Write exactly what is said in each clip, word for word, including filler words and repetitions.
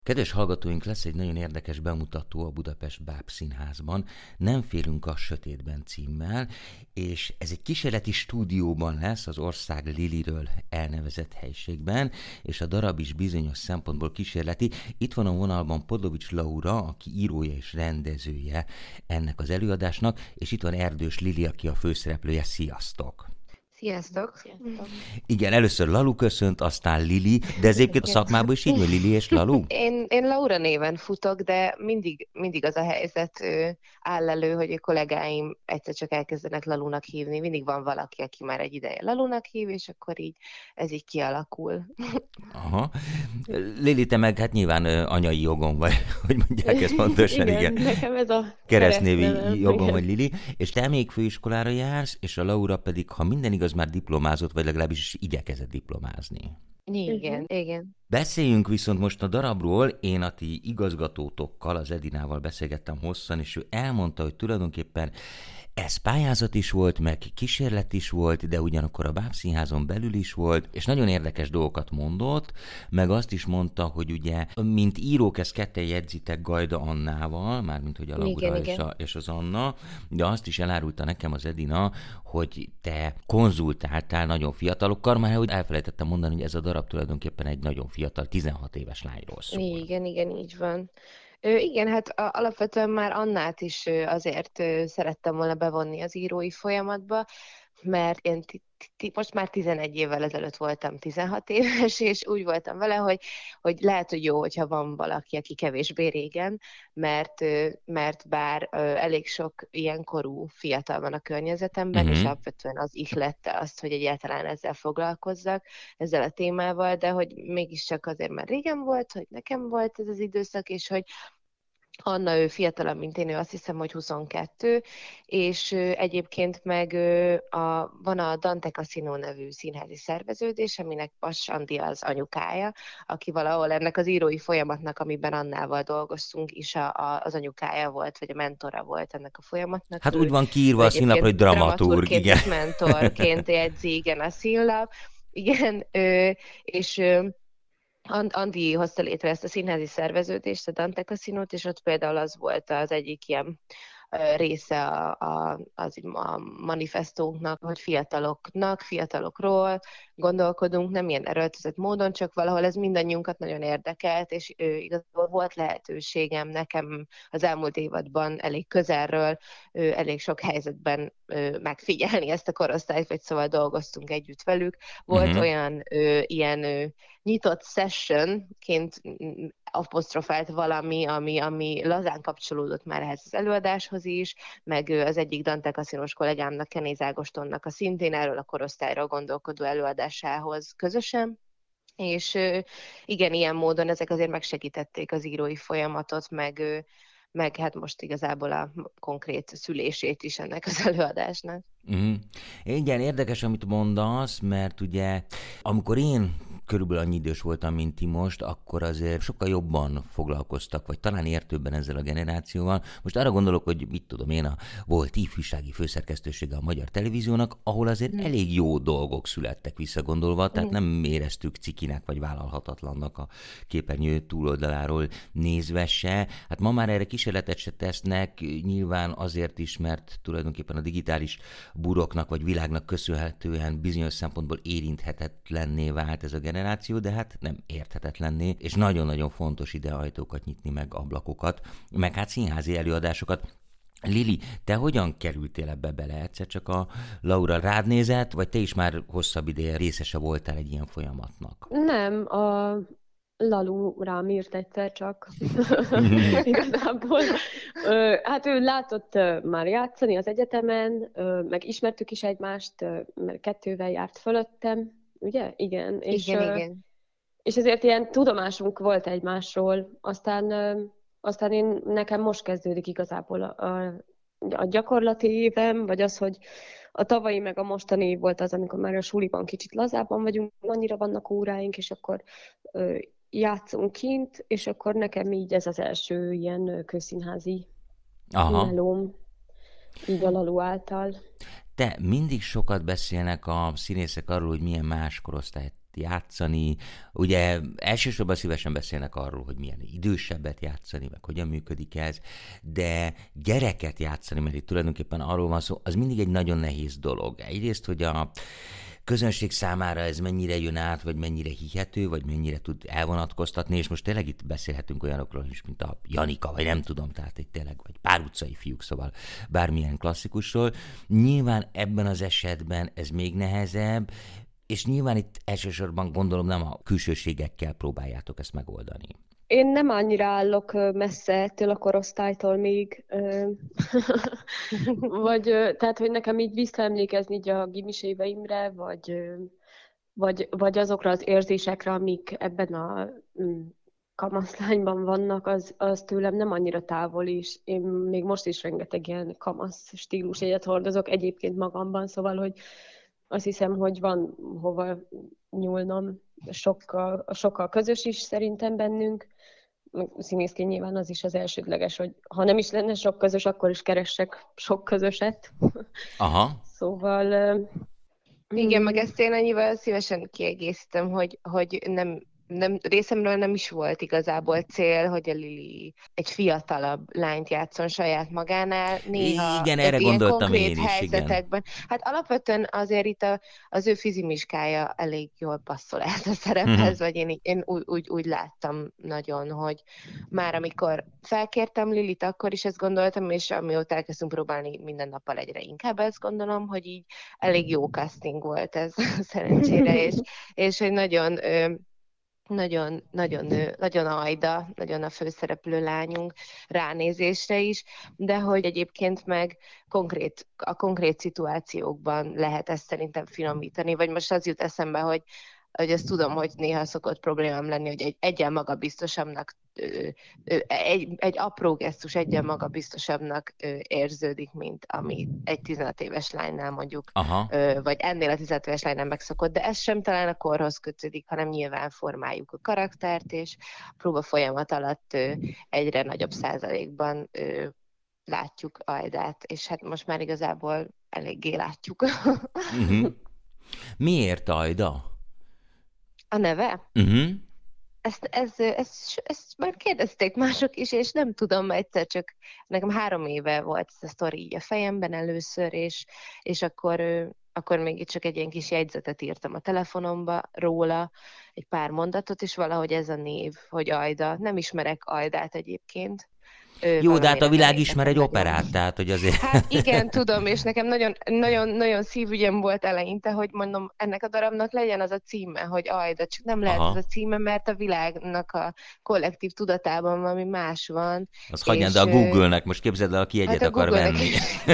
Kedves hallgatóink, lesz egy nagyon érdekes bemutató a Budapest Báb Színházban, Nem félünk a sötétben címmel, és ez egy kísérleti stúdióban lesz az Ország Liliről elnevezett helyiségben, és a darab is bizonyos szempontból kísérleti. Itt van a vonalban Podlovics Laura, aki írója és rendezője ennek az előadásnak, és itt van Erdős Lili, aki a főszereplője. Sziasztok! Sziasztok! Sziasztok! Igen, először Lalu köszönt, aztán Lili, de ez egyébként a szakmában is így van, Lili és Lalu? Én, én Laura néven futok, de mindig, mindig az a helyzet ő, áll elő, hogy a kollégáim egyszer csak elkezdenek Lalunak hívni. Mindig van valaki, aki már egy ideje Lalunak hív, és akkor így ez így kialakul. Aha. Lili, te meg hát nyilván anyai jogon vagy, hogy mondják ezt pontosan, igen. igen. Nekem ez a keresztnévi keresztnevem, jogon igen. vagy Lili, és te még főiskolára jársz, és a Laura pedig, ha minden igaz, már diplomázott, vagy legalábbis is igyekezett diplomázni. Igen, uh-huh. igen. Beszéljünk viszont most a darabról. Én a ti igazgatótokkal, az Edinával beszélgettem hosszan, és ő elmondta, hogy tulajdonképpen ez pályázat is volt, meg kísérlet is volt, de ugyanakkor a Bábszínházon belül is volt, és nagyon érdekes dolgokat mondott, meg azt is mondta, hogy ugye, mint írók, ezt ketten jegyzitek Gajda Annával, mármint hogy a Laura igen, és, igen. A, és az Anna, de azt is elárulta nekem az Edina, hogy te konzultáltál nagyon fiatalokkal, már hogy elfelejtettem mondani, hogy ez a darab tulajdonképpen egy nagyon fiatal, tizenhat éves lányról szól. Igen, igen, így van. Ö, igen, hát a, alapvetően már Annát is ö, azért ö, szerettem volna bevonni az írói folyamatba, mert én t- t- most már tizenegy évvel ezelőtt voltam tizenhat éves, és úgy voltam vele, hogy, hogy lehet, hogy jó, hogyha van valaki, aki kevésbé régen, mert, ö, mert bár ö, elég sok ilyen korú fiatal van a környezetemben, Mhm. és alapvetően az ihlette azt, hogy egyáltalán ezzel foglalkozzak, ezzel a témával, de hogy mégiscsak azért már régen volt, hogy nekem volt ez az időszak, és hogy Anna, ő fiatalabb, mint én, ő azt hiszem, hogy huszonkettő, és ö, egyébként meg ö, a, van a Dante Casino nevű színházi szerveződés, aminek Pass Andi az anyukája, aki valahol ennek az írói folyamatnak, amiben Annával dolgoztunk, is a, a, az anyukája volt, vagy a mentora volt ennek a folyamatnak. Hát ő, úgy van kiírva ő a színlapra, hogy egyébként dramaturg, dramaturgként igen. és mentorként jegyzi, igen, a színlap. Igen, ö, és... Ö, Andi hozta létre ezt a színházi szerveződést, a Dante Casino-t, és ott például az volt az egyik ilyen része a, a, az, a manifestónknak, hogy fiataloknak, fiatalokról gondolkodunk, nem ilyen erőltetett módon, csak valahol ez mindannyiunkat nagyon érdekelt, és ő, igazából volt lehetőségem nekem az elmúlt évadban elég közelről, ő, elég sok helyzetben ő, megfigyelni ezt a korosztályt, vagy szóval dolgoztunk együtt velük. Volt Mhm. olyan ő, ilyen ő, nyitott sessionként apostrofált valami, ami, ami lazán kapcsolódott már ehhez az előadáshoz is, meg az egyik Dante Casino-s kollégámnak, Kenéz Ágostonnak a szintén erről a korosztályról gondolkodó előadásához közösen, és igen, ilyen módon ezek azért megsegítették az írói folyamatot, meg, meg hát most igazából a konkrét szülését is ennek az előadásnak. Uh-huh. Igen, érdekes, amit mondasz, mert ugye, amikor én körülbelül annyi idős voltam, mint ti most, akkor azért sokkal jobban foglalkoztak, vagy talán értőbben ezzel a generációval. Most arra gondolok, hogy mit tudom én, a volt ifjúsági főszerkesztősége a Magyar Televíziónak, ahol azért mm. elég jó dolgok születtek visszagondolva, tehát mm. nem éreztük cikinek, vagy vállalhatatlannak a képernyő túloldaláról nézve se. Hát ma már erre kísérletet se tesznek, nyilván azért is, mert tulajdonképpen a digitális buroknak vagy világnak köszönhetően bizonyos szempontból érinthetetlenné vált ez a generáció, de hát nem érthetetlenné, és nagyon-nagyon fontos ide ajtókat nyitni, meg ablakokat, meg hát színházi előadásokat. Lili, te hogyan kerültél ebbe bele? Egyszer csak a Laura rád nézett, vagy te is már hosszabb ideje részese voltál egy ilyen folyamatnak? Nem, a Lalu rám írt egyszer csak. Igazából. Ö, hát ő látott ö, már játszani az egyetemen, ö, meg ismertük is egymást, ö, mert kettővel járt fölöttem, ugye? Igen. És, Igen, ö, igen. és ezért ilyen tudomásunk volt egymásról. Aztán, ö, aztán én, nekem most kezdődik igazából a, a, a gyakorlati évem, vagy az, hogy a tavalyi meg a mostani év volt az, amikor már a suliban kicsit lazábban vagyunk, annyira vannak óráink, és akkor ö, játszunk kint, és akkor nekem így ez az első ilyen közszínházi melóm, így a Lalu által. Te mindig sokat beszélnek a színészek arról, hogy milyen más korosztályt játszani. Ugye elsősorban szívesen beszélnek arról, hogy milyen idősebbet játszani, meg hogyan működik ez, de gyereket játszani, mert itt tulajdonképpen arról van szó, az mindig egy nagyon nehéz dolog. Egyrészt, hogy a közönség számára ez mennyire jön át, vagy mennyire hihető, vagy mennyire tud elvonatkoztatni, és most tényleg itt beszélhetünk olyanokról is, mint a Janika, vagy nem tudom, tehát egy tényleg, vagy Pár utcai fiúk, szóval bármilyen klasszikusról. Nyilván ebben az esetben ez még nehezebb, és nyilván itt elsősorban gondolom nem a külsőségekkel próbáljátok ezt megoldani. Én nem annyira állok messze ettől a korosztálytól még, vagy tehát, hogy nekem így visszaemlékezni így a gimis éveimre, vagy, vagy, vagy azokra az érzésekre, amik ebben a kamaszlányban vannak, az, az tőlem nem annyira távol is. Én még most is rengeteg ilyen kamasz stílusjegyet hordozok egyébként magamban, szóval, hogy azt hiszem, hogy van hova nyúlnom. Sokkal, sokkal közös is szerintem bennünk. Színészként nyilván az is az elsődleges, hogy ha nem is lenne sok közös, akkor is keressek sok közöset. Aha. Szóval... Igen, meg ezt én annyival szívesen kiegészítem, hogy, hogy nem, nem, részemről nem is volt igazából cél, hogy a Lili egy fiatalabb lányt játszon saját magánál. Néha igen, erre gondoltam én is, helyzetekben. Igen. Hát alapvetően azért itt a, az ő fizimiskája elég jól passzol ezt a szerephez, mm-hmm. vagy én, én úgy, úgy, úgy láttam nagyon, hogy már amikor felkértem Lilit, akkor is ezt gondoltam, és amióta elkezdtünk próbálni minden nappal egyre inkább ezt gondolom, hogy így elég jó casting volt ez szerencsére, és, és hogy nagyon... Nagyon, nagyon, nagyon Ajda, nagyon a főszereplő lányunk ránézésre is, de hogy egyébként meg konkrét, a konkrét szituációkban lehet ezt szerintem finomítani, vagy most az jut eszembe, hogy, hogy ezt tudom, hogy néha szokott problémám lenni, hogy egy egyen magabiztosabbnak, egy, egy apró gesztus egyen magabiztosabbnak érződik, mint ami egy tizenöt éves lánynál mondjuk, Aha. vagy ennél a tizenöt éves lánynál megszokott, de ez sem talán a korhoz kötődik, hanem nyilván formáljuk a karaktert, és a próba folyamat alatt egyre nagyobb százalékban látjuk Ajdát, és hát most már igazából eléggé látjuk. Uh-huh. Miért Ajda? A neve? Uh-huh. Ezt, ez, ezt, ezt már kérdezték mások is, és nem tudom, egyszer csak nekem három éve volt ez a sztori így a fejemben először, és, és akkor, akkor még itt csak egy ilyen kis jegyzetet írtam a telefonomba róla, egy pár mondatot, és valahogy ez a név, hogy Ajda. Nem ismerek Ajdát egyébként. Jó, de hát a világ ismer egy operát, tehát hogy azért... Hát igen, tudom, és nekem nagyon, nagyon, nagyon szívügyem volt eleinte, hogy mondom, ennek a darabnak legyen az a címe, hogy Ajda, csak nem lehet Aha. az a címe, mert a világnak a kollektív tudatában valami más van. Az hagyján, de a Google-nek most képzeld el, aki egyet hát akar venni.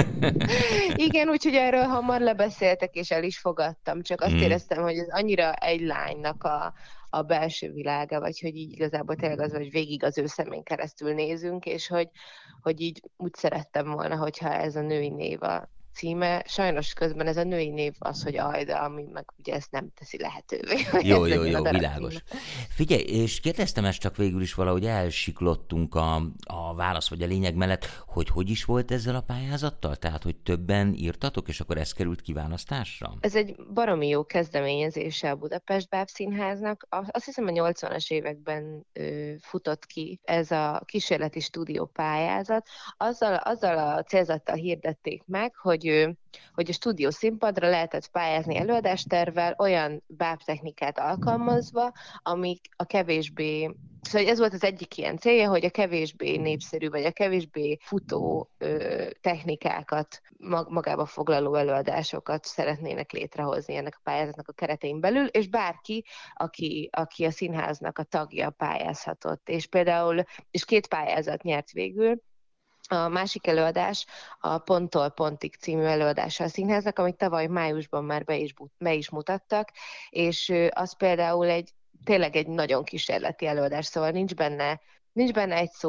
Igen, úgyhogy erről hamar lebeszéltek, és el is fogadtam, csak azt hmm. éreztem, hogy ez annyira egy lánynak a a belső világa, vagy hogy így igazából tényleg az, hogy végig az ő szemén keresztül nézünk, és hogy, hogy így úgy szerettem volna, hogyha ez a női név a címe. Sajnos közben ez a női név az, hogy Ajda, ami meg ugye ezt nem teszi lehetővé. Jó, jó, jó, világos. Címe. Figyelj, és kérdeztem ezt csak végül is valahogy elsiklottunk a, a válasz vagy a lényeg mellett, hogy hogy is volt ezzel a pályázattal? Tehát, hogy többen írtatok, és akkor ez került kiválasztásra? Ez egy baromi jó kezdeményezése a Budapest Bábszínháznak. Azt hiszem a nyolcvanas években ö, futott ki ez a kísérleti stúdió pályázat. Azzal, azzal a célzattal hirdették meg, hogy hogy a stúdió színpadra lehetett pályázni előadástervvel, olyan bábtechnikát alkalmazva, amik a kevésbé... Szóval ez volt az egyik ilyen célja, hogy a kevésbé népszerű, vagy a kevésbé futó ö, technikákat, mag- magába foglaló előadásokat szeretnének létrehozni ennek a pályázatnak a keretein belül, és bárki, aki, aki a színháznak a tagja, pályázhatott. És például, és két pályázat nyert végül. A másik előadás a Ponttól Pontig című előadása a színháznak, amit tavaly májusban már be is, be is mutattak, és az például egy tényleg egy nagyon kísérleti előadás, szóval nincs benne, nincs benne egy szó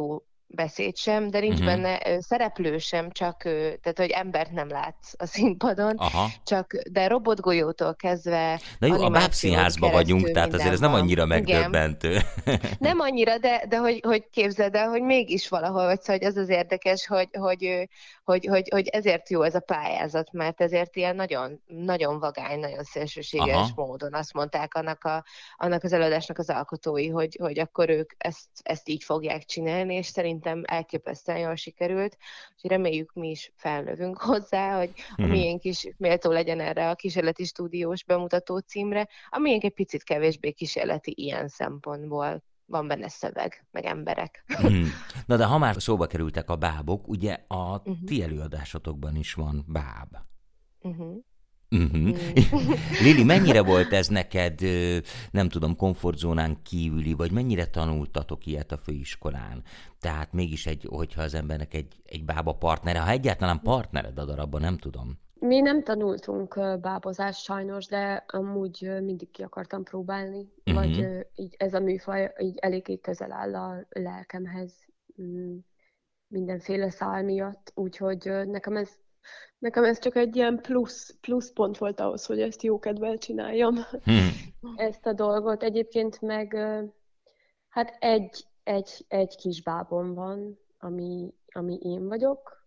beszéd sem, de nincs Uh-huh. benne ö, szereplő sem, csak ö, tehát, hogy embert nem látsz a színpadon, Aha. csak, de robotgolyótól kezdve Na jó, a animáción bábszínházban vagyunk, keresztül tehát azért ez minden nem van. annyira Igen. megdöbbentő. Nem annyira, de, de hogy, hogy képzeld el, hogy mégis valahol vagy, szóval hogy az az érdekes, hogy, hogy, ö, hogy, hogy, hogy ezért jó ez a pályázat, mert ezért ilyen nagyon, nagyon vagány, nagyon szélsőséges Aha. módon azt mondták annak, a, annak az előadásnak az alkotói, hogy, hogy akkor ők ezt, ezt így fogják csinálni, és szerintem elképesztően jól sikerült, és reméljük mi is felnövünk hozzá, hogy a Mhm. miénk is méltó legyen erre a kísérleti stúdiós bemutató címre, a miénk egy picit kevésbé kísérleti ilyen szempontból. Van benne szöveg, meg emberek. Mhm. Na de ha már szóba kerültek a bábok, ugye a Uh-huh. ti előadásotokban is van báb. Uh-huh. Uh-huh. Mm. Lili, mennyire volt ez neked, ö, nem tudom, komfortzónán kívüli, vagy mennyire tanultatok ilyet a főiskolán? Tehát mégis egy, hogyha az embernek egy, egy bába partnere, ha egyáltalán partnered a darabban, nem tudom. Mi nem tanultunk ö, bábozást sajnos, de amúgy ö, mindig ki akartam próbálni, Mhm. vagy ö, így ez a műfaj így eléggé közel áll a lelkemhez mm, mindenféle szál miatt, úgyhogy ö, nekem ez, nekem ez csak egy ilyen plusz, plusz pont volt ahhoz, hogy ezt jókedvel csináljam, Mhm. ezt a dolgot. Egyébként meg ö, hát egy, egy, egy kis bábom van, ami, ami én vagyok.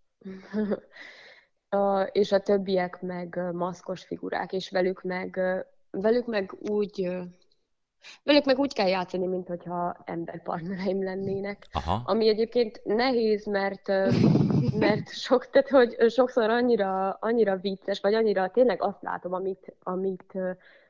A, és a többiek meg ö, maszkos figurák, és velük meg, ö, velük meg úgy ö, velük meg úgy kell játszani, mint hogyha emberpartnereim lennének. Aha. Ami egyébként nehéz, mert, ö, mert sok, tehát, hogy sokszor annyira, annyira vicces, vagy annyira tényleg azt látom, amit, amit ö,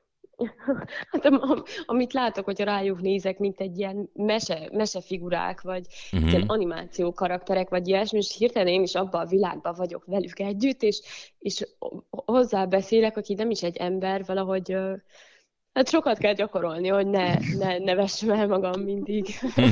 hát, am- amit látok, hogyha rájuk nézek, mint egy ilyen mese, mesefigurák, vagy Mhm. ilyen animáció karakterek, vagy ilyesmi, és hirtelen én is abban a világban vagyok velük együtt, és, és hozzá beszélek, aki nem is egy ember, valahogy ö, hát sokat kell gyakorolni, hogy ne, ne, ne vessem el magam mindig.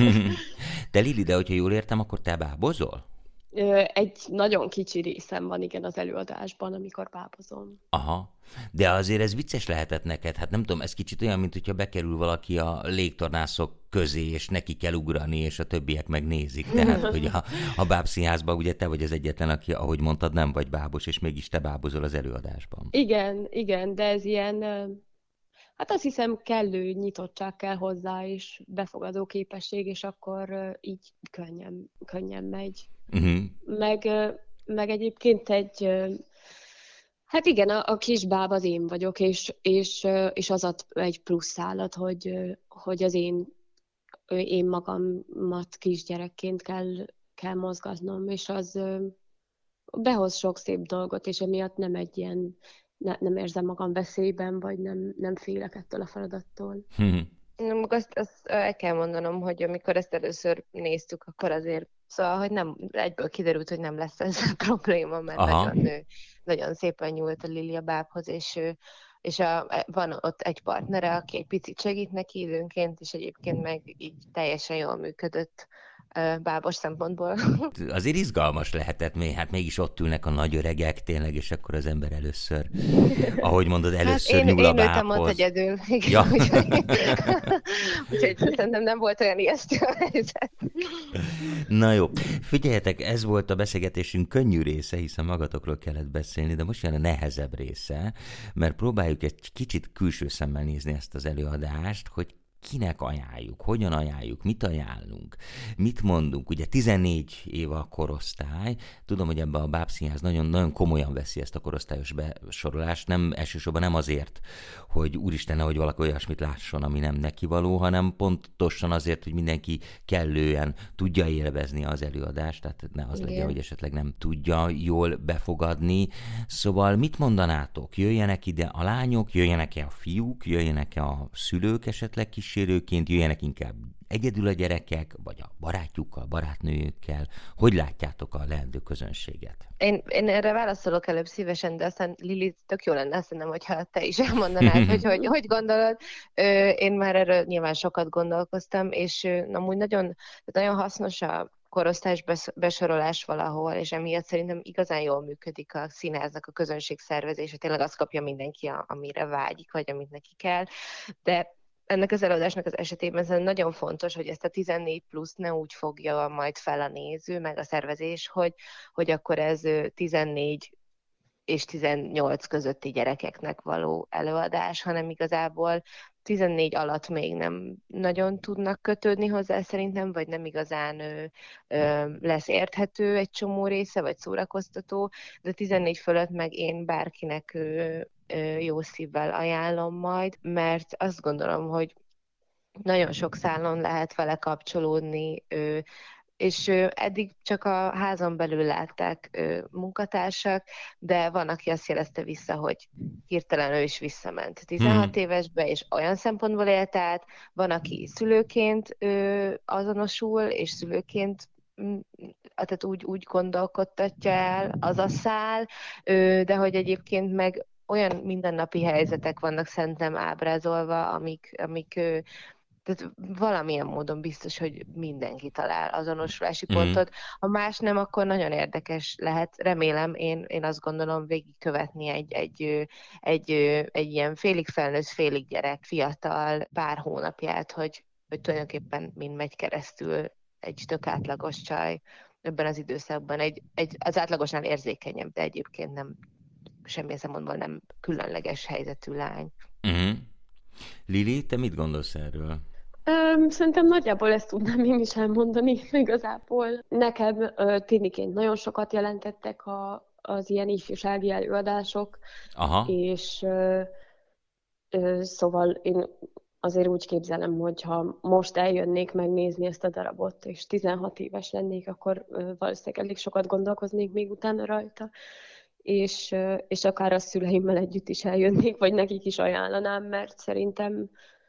De Lili, de hogyha jól értem, akkor te bábozol? Ö, Egy nagyon kicsi részem van, igen, az előadásban, amikor bábozom. Aha. De azért ez vicces lehetett neked. Hát nem tudom, ez kicsit olyan, mint hogyha bekerül valaki a légtornászok közé, és neki kell ugrani, és a többiek megnézik. Tehát, hogy a, a bábszínházban ugye te vagy az egyetlen, aki, ahogy mondtad, nem vagy bábos, és mégis te bábozol az előadásban. Igen, igen, de ez ilyen, ö, hát azt hiszem kellő nyitottság kell hozzá, és befogadó képesség, és akkor ö, így könnyen, könnyen megy. Uh-huh. Meg, ö, meg egyébként egy, ö, hát igen, a, a kis báb az én vagyok, és, és, ö, és az ad egy plusz szálat, hogy, ö, hogy az én, ö, én magamat kisgyerekként kell, kell mozgatnom, és az ö, behoz sok szép dolgot, és emiatt nem egy ilyen, ne, nem érzem magam veszélyben, vagy nem, nem félek ettől a feladattól. Uh-huh. Nem, azt, azt el kell mondanom, hogy amikor ezt először néztük, akkor azért, szóval, hogy nem, egyből kiderült, hogy nem lesz ez a probléma, mert Aha. nagyon, ő, nagyon szépen nyúlt a Lili a bábhoz, és, ő, és a, van ott egy partnere, aki egy picit segít neki időnként, és egyébként meg így teljesen jól működött ö, bábos szempontból. Azért izgalmas lehetett még, hát mégis ott ülnek a nagy öregek tényleg, és akkor az ember először, ahogy mondod, először hát én, nyúl a én ültem ott bábhoz. egyedül. Igen, Ja. úgyhogy, úgyhogy szerintem nem volt olyan ijesztő a helyzet. Na jó, figyeljetek, ez volt a beszélgetésünk könnyű része, hiszen magatokról kellett beszélni, de most jön a nehezebb része, mert próbáljuk egy kicsit külső szemmel nézni ezt az előadást, hogy kinek ajánljuk, hogyan ajánljuk, mit ajánlunk, mit mondunk. Ugye tizennégy év a korosztály, tudom, hogy ebben a Bábszínház nagyon, nagyon komolyan veszi ezt a korosztályos besorolást, nem elsősorban nem azért, hogy úristen, hogy valaki olyasmit lásson, ami nem neki való, hanem pontosan azért, hogy mindenki kellően tudja élvezni az előadást, tehát ne az Igen. legyen, hogy esetleg nem tudja jól befogadni. Szóval mit mondanátok? Jöjjenek ide a lányok, jöjjenek-e a fiúk, jöjjenek-e a szülők esetleg kísérőként, jöjjenek inkább egyedül a gyerekek, vagy a barátjukkal, barátnőjükkel? Hogy látjátok a leendő közönséget? Én, én erre válaszolok előbb szívesen, de aztán Lili, tök jó lenne szerintem, hogyha te is elmondanád, hogy, hogy hogy gondolod. Ö, Én már erről nyilván sokat gondolkoztam, és ö, amúgy nagyon, nagyon hasznos a korosztályos bes- besorolás valahol, és emiatt szerintem igazán jól működik a színháznak a közönség szervezése. Tényleg azt kapja mindenki, a- amire vágyik, vagy amit neki kell. De ennek az előadásnak az esetében ez nagyon fontos, hogy ezt a tizennégy plusz ne úgy fogja majd fel a néző, meg a szervezés, hogy, hogy akkor ez tizennégy és tizennyolc közötti gyerekeknek való előadás, hanem igazából tizennégy alatt még nem nagyon tudnak kötődni hozzá szerintem, vagy nem igazán ö, ö, lesz érthető egy csomó része, vagy szórakoztató, de tizennégy fölött meg én bárkinek ö, ö, jó szívvel ajánlom majd, mert azt gondolom, hogy nagyon sok szálon lehet vele kapcsolódni, ö, és eddig csak a házon belül látták munkatársak, de van, aki azt jelezte vissza, hogy hirtelen ő is visszament tizenhat hmm. évesbe, és olyan szempontból élt át, van, aki szülőként azonosul, és szülőként tehát úgy, úgy gondolkodtatja el az a szál, de hogy egyébként meg olyan mindennapi helyzetek vannak szerintem ábrázolva, amik, amik tehát valamilyen módon biztos, hogy mindenki talál azonosulási mm. pontot. Ha más nem, akkor nagyon érdekes lehet. Remélem, én, én azt gondolom végigkövetni egy, egy, egy, egy ilyen félig felnőtt, félig gyerek, fiatal pár hónapját, hogy, hogy tulajdonképpen mind megy keresztül egy tök átlagos csaj ebben az időszakban. Egy, egy, az átlagosnál érzékenyebb, de egyébként nem semmilyen szempontból nem különleges helyzetű lány. Mm. Lili, te mit gondolsz erről? Szerintem nagyjából ezt tudnám én is elmondani igazából. Nekem tiniként nagyon sokat jelentettek a, az ilyen ifjúsági előadások, Aha. és ö, ö, szóval én azért úgy képzelem, hogy ha most eljönnék megnézni ezt a darabot, és tizenhat éves lennék, akkor ö, valószínűleg elég sokat gondolkoznék még utána rajta, és, ö, és akár a szüleimmel együtt is eljönnék, vagy nekik is ajánlanám, mert szerintem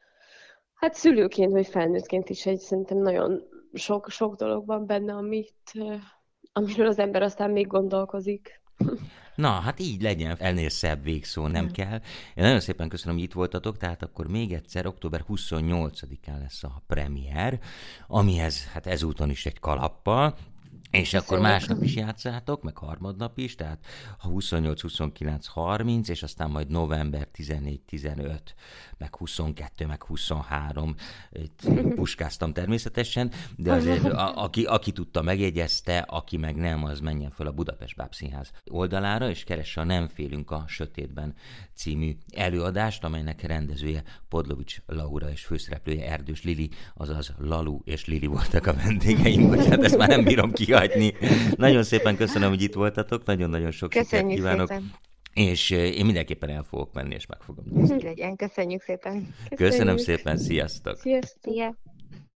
hát szülőként, vagy felnőttként is egy szerintem nagyon sok, sok dolog van benne, amit, amiről az ember aztán még gondolkozik. Na, hát így legyen, ennél szebb végszó nem hmm. kell. Én nagyon szépen köszönöm, hogy itt voltatok, tehát akkor még egyszer október huszonnyolcadikán lesz a premier, amihez hát ezúton is egy kalappal, és Köszönjük. Akkor másnap is játszátok, meg harmadnap is, tehát huszonnyolc, huszonkilenc, harminc, és aztán majd november tizennégy, tizenöt, meg huszonkettő, meg huszonhárom, itt puskáztam természetesen, de azért a, aki, aki tudta, megjegyezte, aki meg nem, az menjen fel a Budapest Bábszínház oldalára, és keresse a Nem félünk a sötétben című előadást, amelynek rendezője Podlovics Laura és főszereplője Erdős Lili, azaz Lalu és Lili voltak a vendégeim, bocsánat, ezt már nem bírom kihagyni. Nagyon szépen köszönöm, hogy itt voltatok, nagyon-nagyon sok sikert kívánok. Szépen. És én mindenképpen el fogok menni, és meg fogom nézni. Így legyen, köszönjük szépen. Köszönöm szépen, sziasztok! Sziasztok!